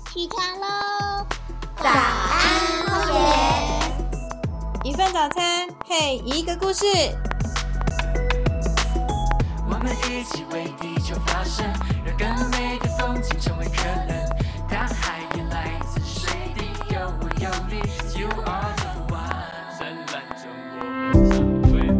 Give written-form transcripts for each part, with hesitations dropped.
起床喽！ 早安，荒野。 一份早餐配一个故事。 我们一起为地球发声，让更美的风景成为可能。大海也来自水滴，有我有你 ，You are the one。深蓝中我想飞。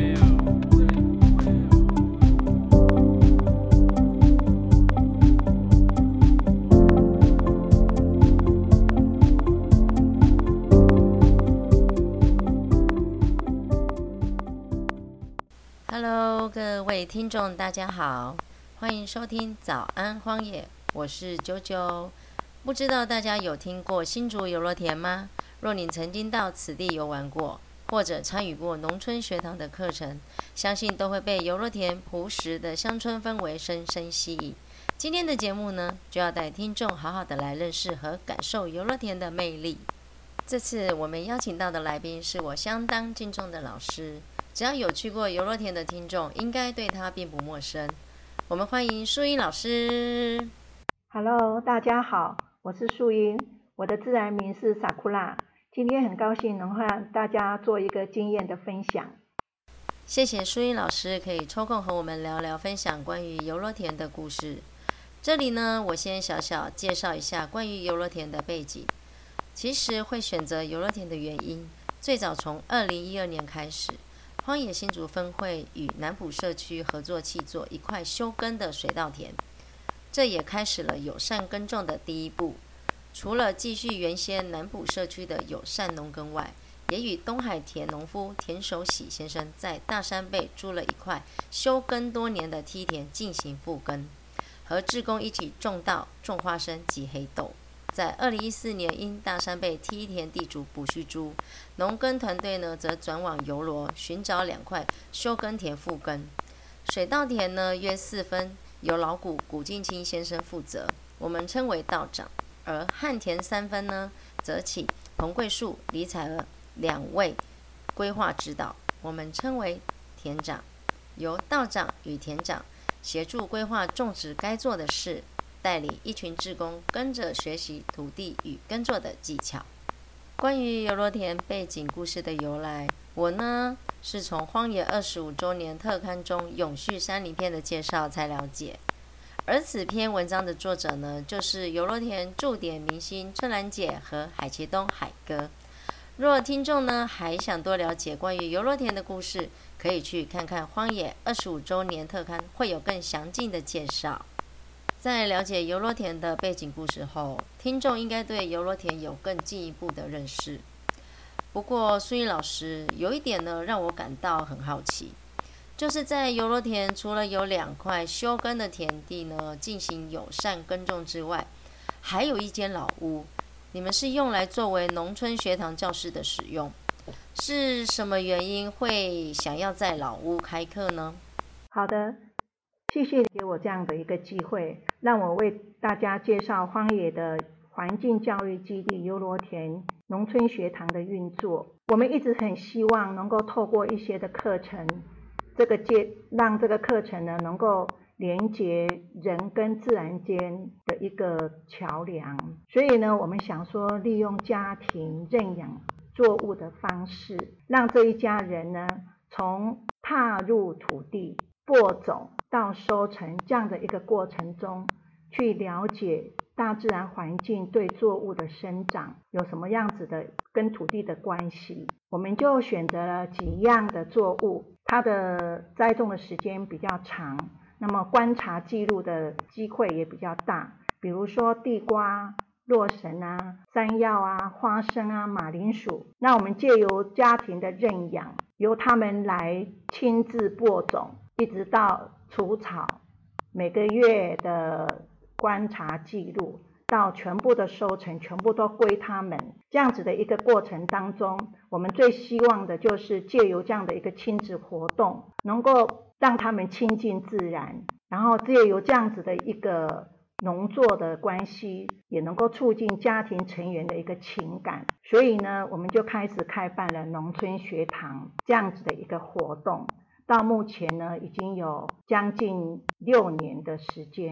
Hello， 各位听众，大家好，欢迎收听早安荒野，我是啾啾。不知道大家有听过新竹游乐田吗？若你曾经到此地游玩过，或者参与过农村学堂的课程，相信都会被游乐田朴实的乡村氛围深深吸引。今天的节目呢，就要带听众好好的来认识和感受游乐田的魅力。这次我们邀请到的来宾是我相当敬重的老师，只要有去过游乐田的听众，应该对他并不陌生。我们欢迎淑英老师。 Hello， 大家好，我是淑英，我的自然名是萨库拉。今天很高兴能和大家做一个经验的分享。 谢谢淑英老师可以抽空和我们聊聊分享关于游乐田的故事。这里呢，我先小小介绍一下关于游乐田的背景。其实会选择游乐田的原因，最早从2012年开始，荒野新竹分会与南埔社区合作契作一块休耕的水稻田，这也开始了友善耕种的第一步。除了继续原先南埔社区的友善农耕外，也与东海田农夫田守喜先生在大山背租了一块休耕多年的梯田进行复耕，和志工一起种稻、种花生及黑豆。在2014年，因大山背梯田地主不续租，农耕团队呢则转往游罗寻找2块休耕田复耕。水稻田呢约4分，由老古进清先生负责，我们称为稻长；而旱田3分呢，则请彭桂树、李彩娥2位规划指导，我们称为田长，由稻长与田长协助规划种植该做的事，带领一群志工跟着学习土地与耕作的技巧。关于游乐田背景故事的由来，我呢是从荒野25周年特刊中永续山林篇的介绍才了解，而此篇文章的作者呢，就是游乐田驻点明星春兰姐和海奇东海哥。若听众呢还想多了解关于游乐田的故事，可以去看看荒野25周年特刊，会有更详尽的介绍。在了解游乐田的背景故事后，听众应该对游乐田有更进一步的认识。不过淑英老师有一点呢让我感到很好奇，就是在游乐田除了有2块休耕的田地呢进行友善耕种之外，还有一间老屋，你们是用来作为农村学堂教室的使用，是什么原因会想要在老屋开课呢？ 好的，谢谢给我这样的一个机会，让我为大家介绍荒野的环境教育基地游乐田农村学堂的运作。我们一直很希望能够透过一些的课程，让这个课程呢能够连接人跟自然间的一个桥梁。所以呢，我们想说利用家庭认养作物的方式，让这一家人呢从踏入土地、播种到收成这样的一个过程中，去了解大自然环境对作物的生长有什么样子的跟土地的关系。我们就选择了几样的作物，它的栽种的时间比较长，那么观察记录的机会也比较大，比如说地瓜、洛神啊、山药啊、花生啊、马铃薯。那我们借由家庭的认养，由他们来亲自播种，一直到除草，每个月的观察记录，到全部的收成全部都归他们。这样子的一个过程当中，我们最希望的就是借由这样的一个亲子活动，能够让他们亲近自然，然后借由这样子的一个农作的关系，也能够促进家庭成员的一个情感。所以呢，我们就开始开办了农村学堂这样子的一个活动。到目前呢，已经有将近6年的时间。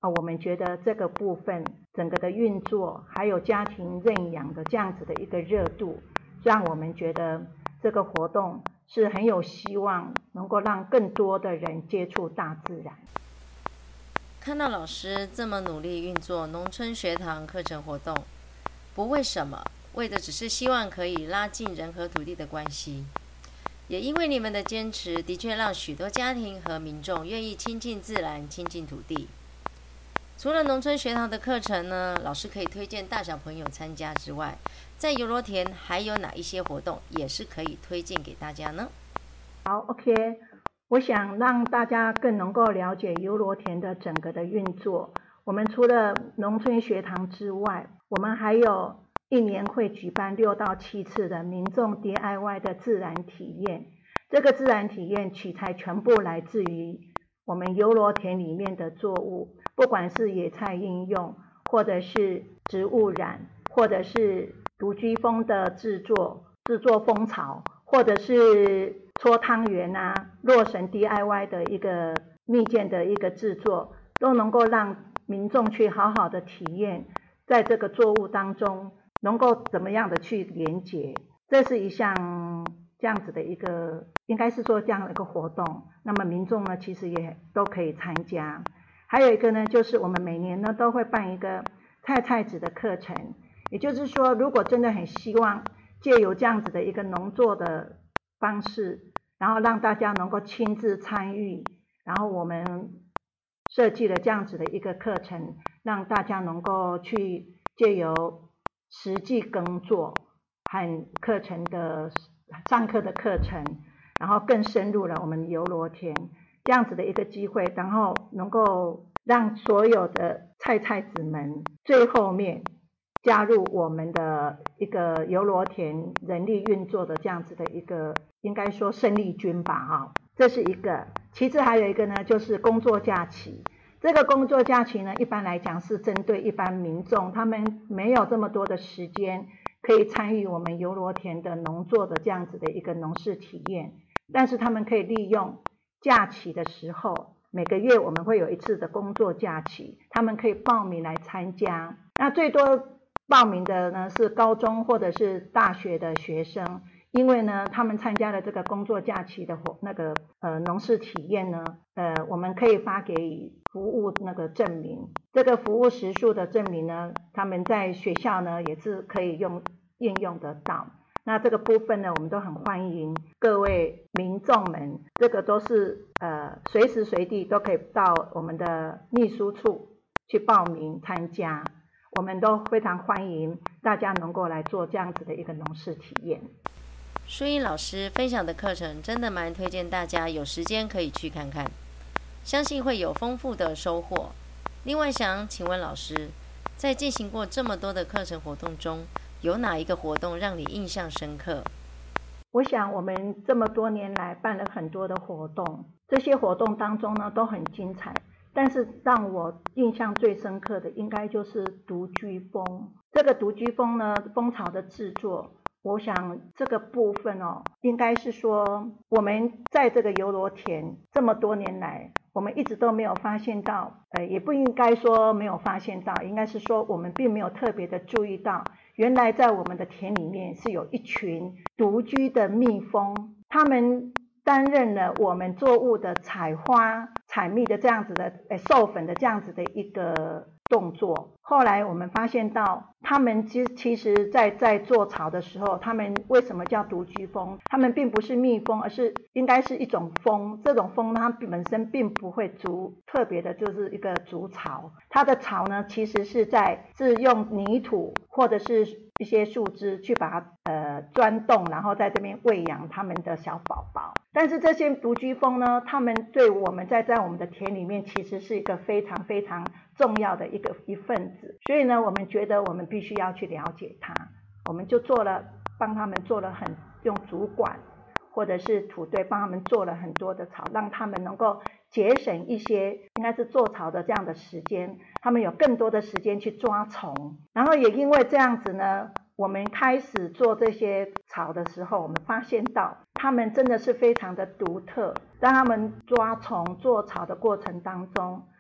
我们觉得这个部分整个的运作还有家庭认养的这样子的一个热度，让我们觉得这个活动是很有希望能够让更多的人接触大自然。 看到老师这么努力运作农村学堂课程活动，不为什么，为的只是希望可以拉近人和土地的关系。也因为你们的坚持，的确让许多家庭和民众愿意亲近自然、亲近土地。除了农村学堂的课程呢，老师可以推荐大小朋友参加之外，在游罗田还有哪一些活动也是可以推荐给大家呢？ 好 ，OK， 我想让大家更能够了解游罗田的整个的运作。我们除了农村学堂之外，我们还有一年会举办6到7次的民众 DIY 的自然体验。这个自然体验取材全部来自于我们游罗田里面的作物，不管是野菜应用，或者是植物染，或者是独居蜂的制作蜂巢，或者是搓汤圆啊，洛神 DIY 的一个蜜饯的一个制作，都能够让民众去好好的体验在这个作物当中能够怎么样的去连结。这是一项这样子的一个，应该是说这样的一个活动，那么民众呢其实也都可以参加。还有一个呢，就是我们每年呢都会办一个菜籽的课程，也就是说如果真的很希望借由这样子的一个农作的方式，然后让大家能够亲自参与，然后我们设计了这样子的一个课程，让大家能够去借由实际耕作和课程的上课的课程，然后更深入了我们游罗田这样子的一个机会，然后能够让所有的菜籽们最后面加入我们的一个游罗田人力运作的这样子的一个，应该说生力军吧，这是一个。其次还有一个呢，就是工作假期。这个工作假期呢，一般来讲是针对一般民众，他们没有这么多的时间可以参与我们游罗田的农作的这样子的一个农事体验，但是他们可以利用假期的时候，每个月我们会有一次的工作假期，他们可以报名来参加。那最多报名的呢是高中或者是大学的学生，因为呢他们参加了这个工作假期的农事体验呢，我们可以发给服务那个证明，这个服务时数的证明呢，他们在学校呢也是可以应用得到。那这个部分呢，我们都很欢迎各位民众们，这个都是随时随地都可以到我们的秘书处去报名参加，我们都非常欢迎大家能够来做这样子的一个农事体验。 淑英老师分享的课程真的蛮推荐大家有时间可以去看看，相信会有丰富的收获。另外想请问老师，在进行过这么多的课程活动中，有哪一个活动让你印象深刻？ 我想我们这么多年来办了很多的活动，这些活动当中呢都很精彩，但是让我印象最深刻的应该就是独居蜂。这个独居蜂呢，蜂巢的制作，我想这个部分应该是说我们在这个游罗田这么多年来，我们一直都没有发现到，也不应该说没有发现到，应该是说我们并没有特别的注意到，原来在我们的田里面是有一群独居的蜜蜂，他们担任了我们作物的采花、采蜜的这样子的授粉的这样子的一个动作。后来我们发现到，他们其实在做巢的时候，他们为什么叫独居蜂？他们并不是蜜蜂，而是应该是一种蜂。这种蜂它本身并不会特别的就是一个筑巢，它的巢呢其实是用泥土或者是一些树枝去把它钻洞，然后在这边喂养他们的小宝宝。但是这些独居蜂呢，他们对我们在我们的田里面其实是一个非常非常重要的一份子，所以呢我们觉得我们必须要去了解它，我们就帮他们做了用竹管或者是土堆帮他们做了很多的巢，让他们能够节省一些应该是做巢的这样的时间，他们有更多的时间去抓虫。然后也因为这样子呢，我们开始做这些巢的时候，我们发现到他们真的是非常的独特，当他们抓虫做巢的过程当中，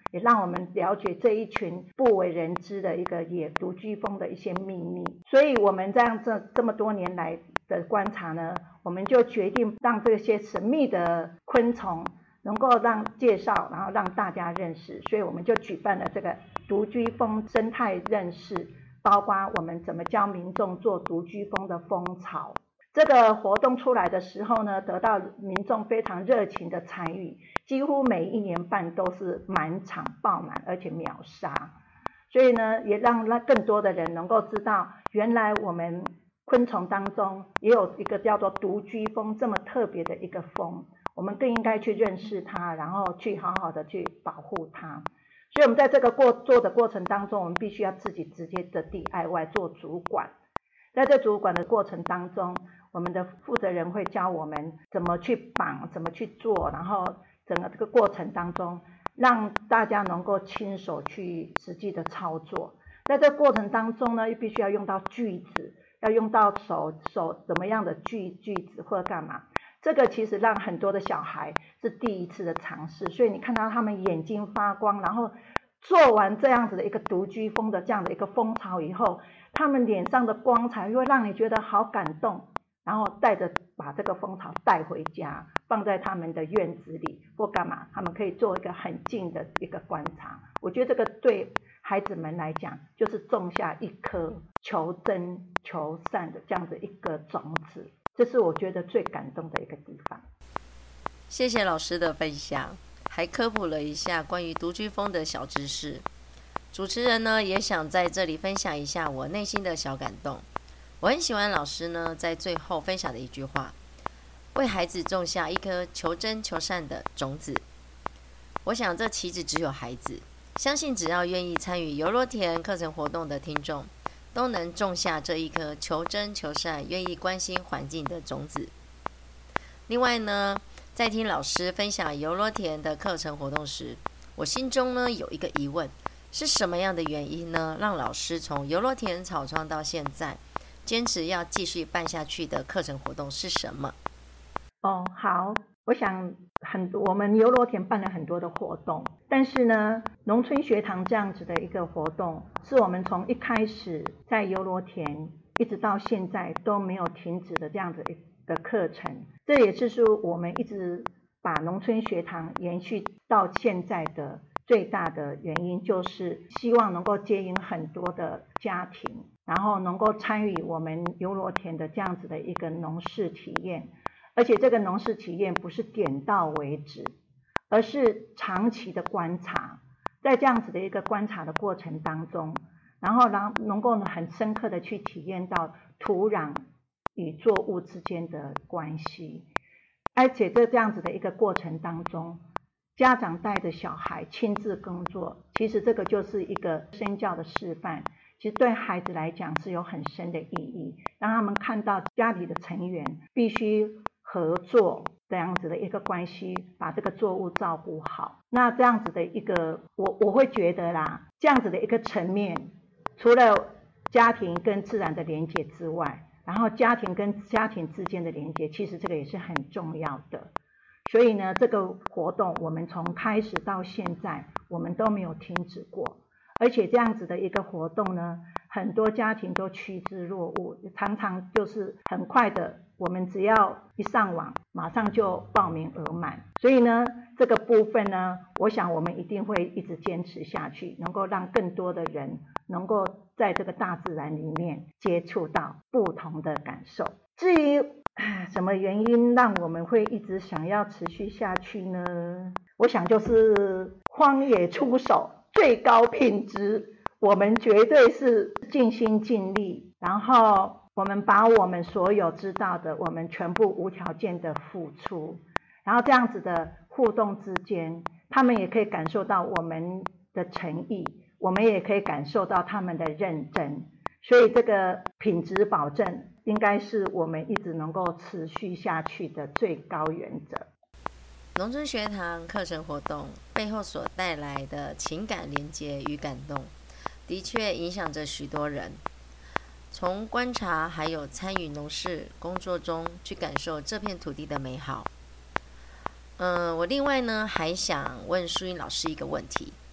也让我们了解这一群不为人知的一个野独居蜂的一些秘密。所以我们这么多年来的观察呢，我们就决定让这些神秘的昆虫能够介绍，然后让大家认识。所以我们就举办了这个独居蜂生态认识，包括我们怎么教民众做独居蜂的蜂巢。这个活动出来的时候呢，得到民众非常热情的参与，几乎每1年半都是满场爆满，而且秒杀。所以呢，也让更多的人能够知道，原来我们昆虫当中也有一个叫做独居蜂这么特别的一个蜂，我们更应该去认识它，然后去好好的去保护它。所以我们在这个做的过程当中，我们必须要自己直接的 DIY 做主管。在这主管的过程当中，我们的负责人会教我们怎么去绑，怎么去做，然后整个这个过程当中让大家能够亲手去实际的操作。在这个过程当中呢，又必须要用到锯子，要用到手怎么样的锯子或者干嘛。这个其实让很多的小孩是第一次的尝试，所以你看到他们眼睛发光，然后做完这样子的一个独居蜂的这样的一个蜂巢以后，他们脸上的光彩会让你觉得好感动，然后把这个蜂巢带回家，放在他们的院子里或干嘛，他们可以做一个很近的一个观察。我觉得这个对孩子们来讲，就是种下一颗求真求善的这样的一个种子，这是我觉得最感动的一个地方。 谢谢老师的分享，还科普了一下关于独居蜂的小知识。主持人呢，也想在这里分享一下我内心的小感动。我很喜欢老师呢在最后分享的一句话：为孩子种下一颗求真求善的种子。我想这岂止只有孩子，相信只要愿意参与游乐田课程活动的听众，都能种下这一颗求真求善、愿意关心环境的种子。另外呢，在听老师分享游乐田的课程活动时，我心中呢有一个疑问：是什么样的原因呢，让老师从游乐田草创到现在，坚持要继续办下去的课程活动是什么？ 好，我想我们游乐田办了很多的活动，但是呢，农村学堂这样子的一个活动，是我们从一开始在游乐田一直到现在都没有停止的这样子一个课程。这也是说我们一直把农村学堂延续到现在的最大的原因，就是希望能够接引很多的家庭，然后能够参与我们游乐田的这样子的一个农事体验。而且这个农事体验不是点到为止，而是长期的观察。在这样子的一个观察的过程当中，然后能够很深刻的去体验到土壤与作物之间的关系。而且在这样子的一个过程当中，家长带着小孩亲自工作，其实这个就是一个身教的示范，其实对孩子来讲是有很深的意义，让他们看到家里的成员必须合作这样子的一个关系，把这个作物照顾好。那这样子的一个我会觉得啦，这样子的一个层面，除了家庭跟自然的连结之外，然后家庭跟家庭之间的连结，其实这个也是很重要的。所以呢，这个活动我们从开始到现在我们都没有停止过。而且这样子的一个活动呢，很多家庭都趋之若鹜，常常就是很快的，我们只要一上网马上就报名额满。所以呢，这个部分呢，我想我们一定会一直坚持下去，能够让更多的人能够在这个大自然里面接触到不同的感受。至于什么原因让我们会一直想要持续下去呢？我想就是荒野出手最高品质，我们绝对是尽心尽力，然后我们把我们所有知道的，我们全部无条件的付出，然后这样子的互动之间，他们也可以感受到我们的诚意，我们也可以感受到他们的认真。所以这个品质保证应该是我们一直能够持续下去的最高原则。 农村学堂课程活动背后所带来的情感连结与感动，的确影响着许多人。从观察还有参与农事工作中去感受这片土地的美好。我另外呢还想问淑英老师一个问题：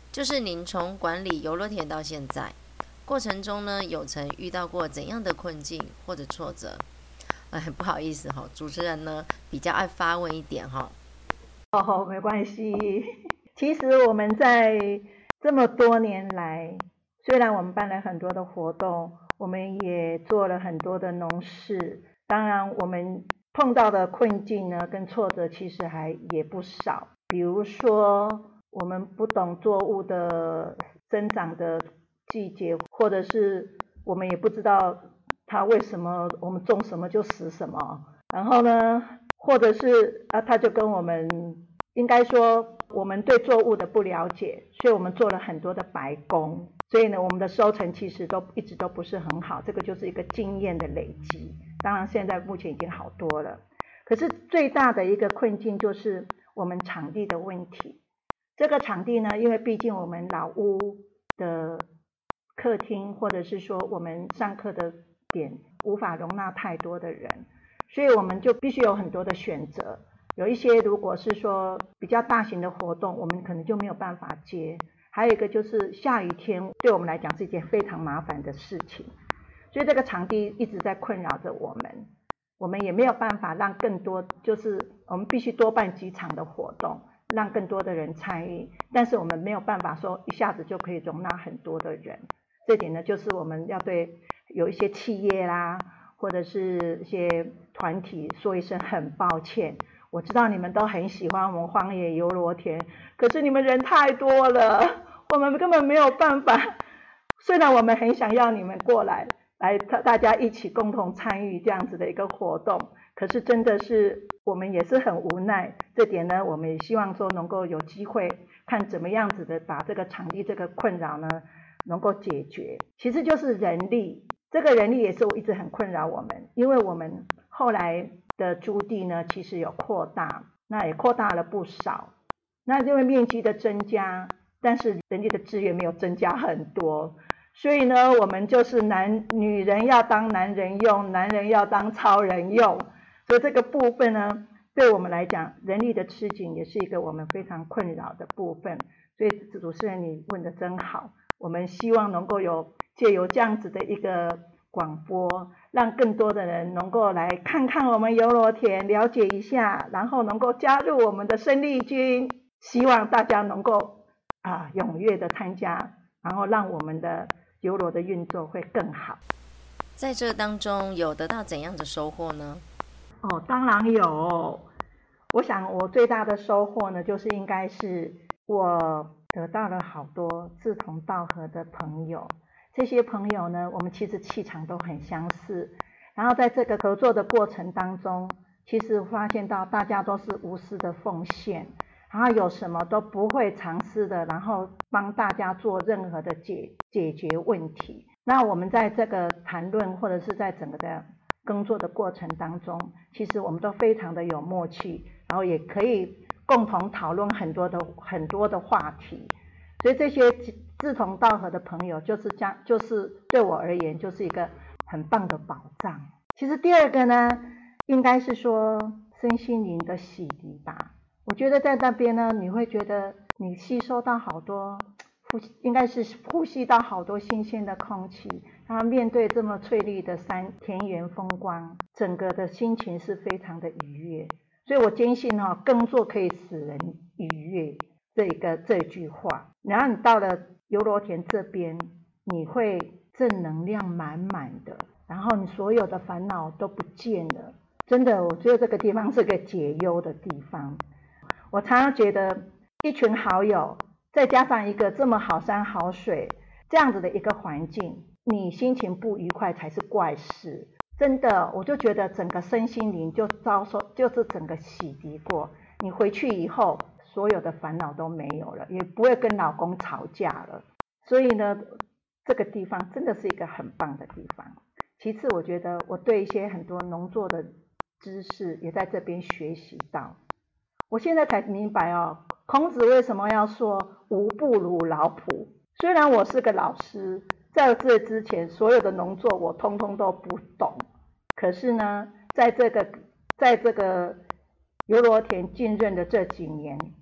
就是您从管理游乐田到现在过程中呢，有曾遇到过怎样的困境或者挫折？不好意思主持人呢比较爱发问一点没关系。其实我们在这么多年来，虽然我们办了很多的活动，我们也做了很多的农事，当然我们碰到的困境呢跟挫折其实也不少。比如说我们不懂作物的生长的季节，或者是我们也不知道它为什么我们种什么就死什么，然后呢或者是它就跟我们，应该说我们对作物的不了解，所以我们做了很多的白工，所以呢我们的收成其实一直都不是很好，这个就是一个经验的累积。当然现在目前已经好多了，可是最大的一个困境就是我们场地的问题。这个场地呢，因为毕竟我们老屋的客厅或者是说我们上课的点无法容纳太多的人，所以我们就必须有很多的选择。有一些如果是说比较大型的活动，我们可能就没有办法接。还有一个就是下雨天对我们来讲是一件非常麻烦的事情，所以这个场地一直在困扰着我们。我们也没有办法让更多，就是我们必须多办几场的活动，让更多的人参与，但是我们没有办法说一下子就可以容纳很多的人。这点呢，就是我们要对有一些企业啦，或者是一些团体说一声很抱歉。我知道你们都很喜欢我们荒野游乐田，可是你们人太多了，我们根本没有办法。虽然我们很想要你们过来大家一起共同参与这样子的一个活动，可是真的是我们也是很无奈。这点呢，我们也希望说能够有机会看怎么样子的把这个场地这个困扰呢能够解决。其实就是人力，这个人力也是一直很困扰我们，因为我们后来的租地呢其实有扩大，那也扩大了不少。那因为面积的增加，但是人力的资源没有增加很多，所以呢我们就是女人要当男人用，男人要当超人用。所以这个部分呢对我们来讲，人力的吃紧也是一个我们非常困扰的部分。所以主持人你问得真好，我们希望能够借由这样子的一个广播，让更多的人能够来看看我们游乐田，了解一下，然后能够加入我们的生力军。希望大家能够踊跃的参加，然后让我们的游乐的运作会更好。 在这当中有得到怎样的收获呢？ 当然有。我想我最大的收获呢，就是应该是我得到了好多志同道合的朋友。这些朋友呢，我们其实气场都很相似，然后在这个合作的过程当中，其实发现到大家都是无私的奉献，然后有什么都不会藏私的，然后帮大家做任何的解决问题。那我们在这个谈论或者是在整个的工作的过程当中，其实我们都非常的有默契，然后也可以共同讨论很多的话题。所以这些志同道合的朋友就是对我而言就是一个很棒的保障。其实第二个呢，应该是说身心灵的洗涤吧。我觉得在那边呢，你会觉得你吸收到好多，应该是呼吸到好多新鲜的空气，然后面对这么翠绿的田园风光，整个的心情是非常的愉悦。所以我坚信耕作可以使人愉悦这句话。然后你到了游乐田这边，你会正能量满满的，然后你所有的烦恼都不见了。真的，我觉得这个地方是个解忧的地方。我常常觉得一群好友再加上一个这么好山好水这样子的一个环境，你心情不愉快才是怪事。真的，我就觉得整个身心灵就是整个洗涤过，你回去以后所有的烦恼都没有了，也不会跟老公吵架了。所以呢，这个地方真的是一个很棒的地方。其次，我觉得我对一些很多农作的知识也在这边学习到。我现在才明白孔子为什么要说无不如老仆。虽然我是个老师，在这之前所有的农作我通通都不懂，可是呢，在这个游乐田浸润的这几年，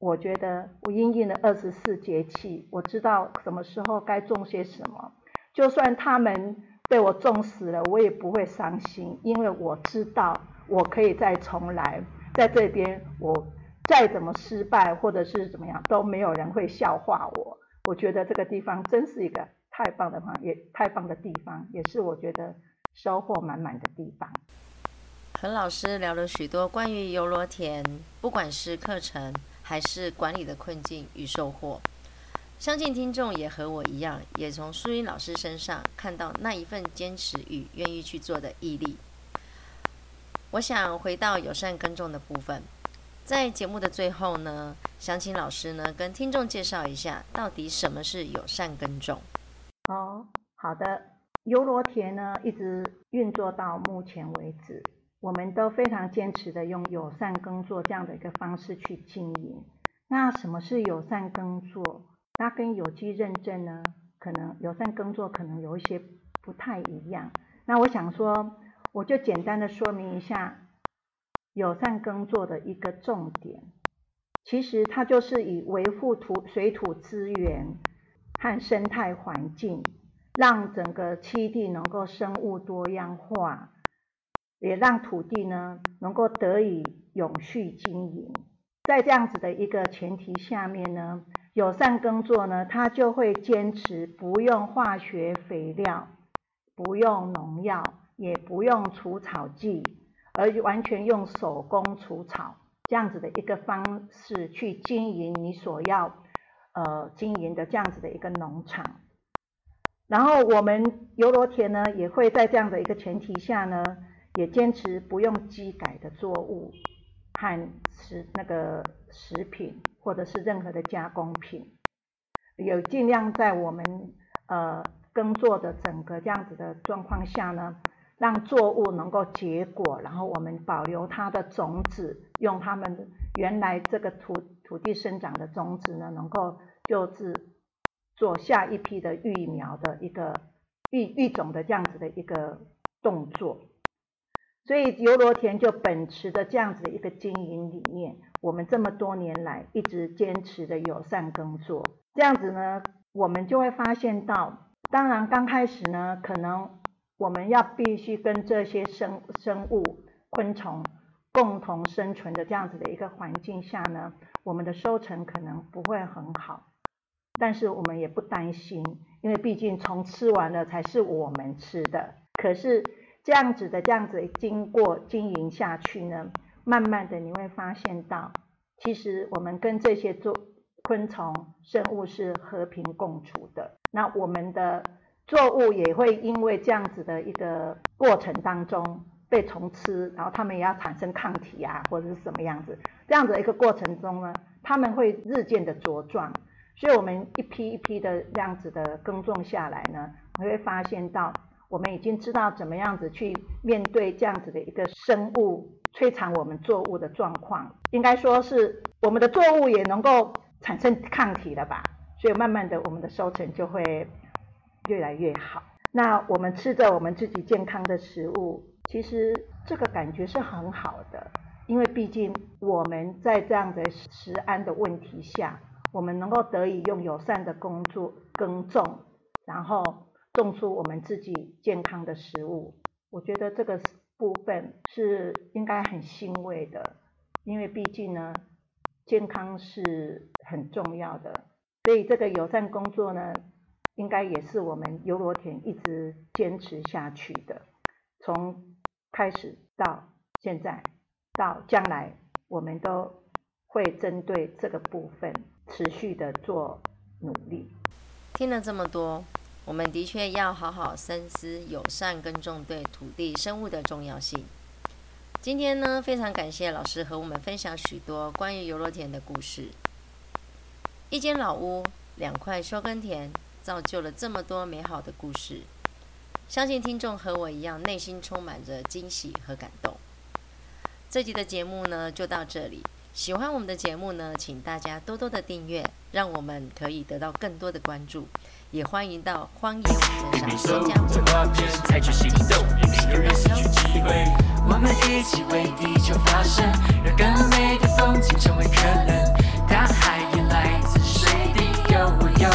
我觉得我因应了24节气，我知道什么时候该种些什么，就算他们被我种死了，我也不会伤心，因为我知道我可以再重来，在这边我再怎么失败或者是怎么样，都没有人会笑话我。我觉得这个地方真是一个太棒的地方，也是我觉得收获满满的地方。 和老师聊了许多关于游罗田，不管是课程还是管理的困境与收获，相信听众也和我一样，也从淑英老师身上看到那一份坚持与愿意去做的毅力。我想回到友善耕种的部分，在节目的最后呢，想请老师呢跟听众介绍一下，到底什么是友善耕种。 好的，游罗田呢一直运作到目前为止，我们都非常坚持的用友善耕作这样的一个方式去经营。那什么是友善耕作？它跟有机认证呢，可能友善耕作可能有一些不太一样。那我想说，我就简单的说明一下友善耕作的一个重点。其实它就是以维护水土资源和生态环境，让整个栖地能够生物多样化，也让土地呢能够得以永续经营。在这样子的一个前提下面呢，友善耕作呢，它就会坚持不用化学肥料，不用农药，也不用除草剂，而完全用手工除草这样子的一个方式去经营你所要经营的这样子的一个农场。然后我们游罗田呢，也会在这样的一个前提下呢，也坚持不用基改的作物和食品或者是任何的加工品，有尽量在我们耕作的整个这样子的状况下呢，让作物能够结果，然后我们保留它的种子，用它们原来这个土地生长的种子呢，能够就是做下一批的育苗的一个育种的这样子的一个动作。所以游罗田就秉持着这样子的一个经营理念，我们这么多年来一直坚持的友善耕作。这样子呢，我们就会发现到，当然刚开始呢，可能我们要必须跟这些生物昆虫共同生存的这样子的一个环境下呢，我们的收成可能不会很好，但是我们也不担心，因为毕竟虫吃完了才是我们吃的。可是这样子经过经营下去呢，慢慢的你会发现到，其实我们跟这些昆虫生物是和平共处的。那我们的作物也会因为这样子的一个过程当中被虫吃，然后它们也要产生抗体啊，或者是什么样子，这样子的一个过程中呢，它们会日渐的茁壮。所以我们一批一批的这样子的耕种下来呢，你会发现到我们已经知道怎么样子去面对这样子的一个生物摧残我们作物的状况，应该说是我们的作物也能够产生抗体了吧，所以慢慢的我们的收成就会越来越好。那我们吃着我们自己健康的食物，其实这个感觉是很好的，因为毕竟我们在这样的食安的问题下，我们能够得以用友善的耕种，然后种出我们自己健康的食物。我觉得这个部分是应该很欣慰的，因为毕竟呢，健康是很重要的。所以这个友善工作呢，应该也是我们游罗田一直坚持下去的，从开始到现在到将来，我们都会针对这个部分持续的做努力。 听了这么多，我们的确要好好深思友善耕种对土地生物的重要性。今天呢，非常感谢老师和我们分享许多关于游罗田的故事。一间老屋，2块休耕田，造就了这么多美好的故事。相信听众和我一样，内心充满着惊喜和感动。这集的节目呢，就到这里。喜欢我们的节目呢，请大家多多的订阅，让我们可以得到更多的关注。也欢迎到荒野网站上增加我们采取行动，也没有人失去机会。我们一起为地球发声，让更美的风景成为可能。大海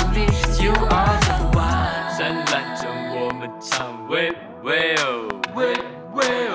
力 You are the one 灿烂中我们唱喂喂哦喂喂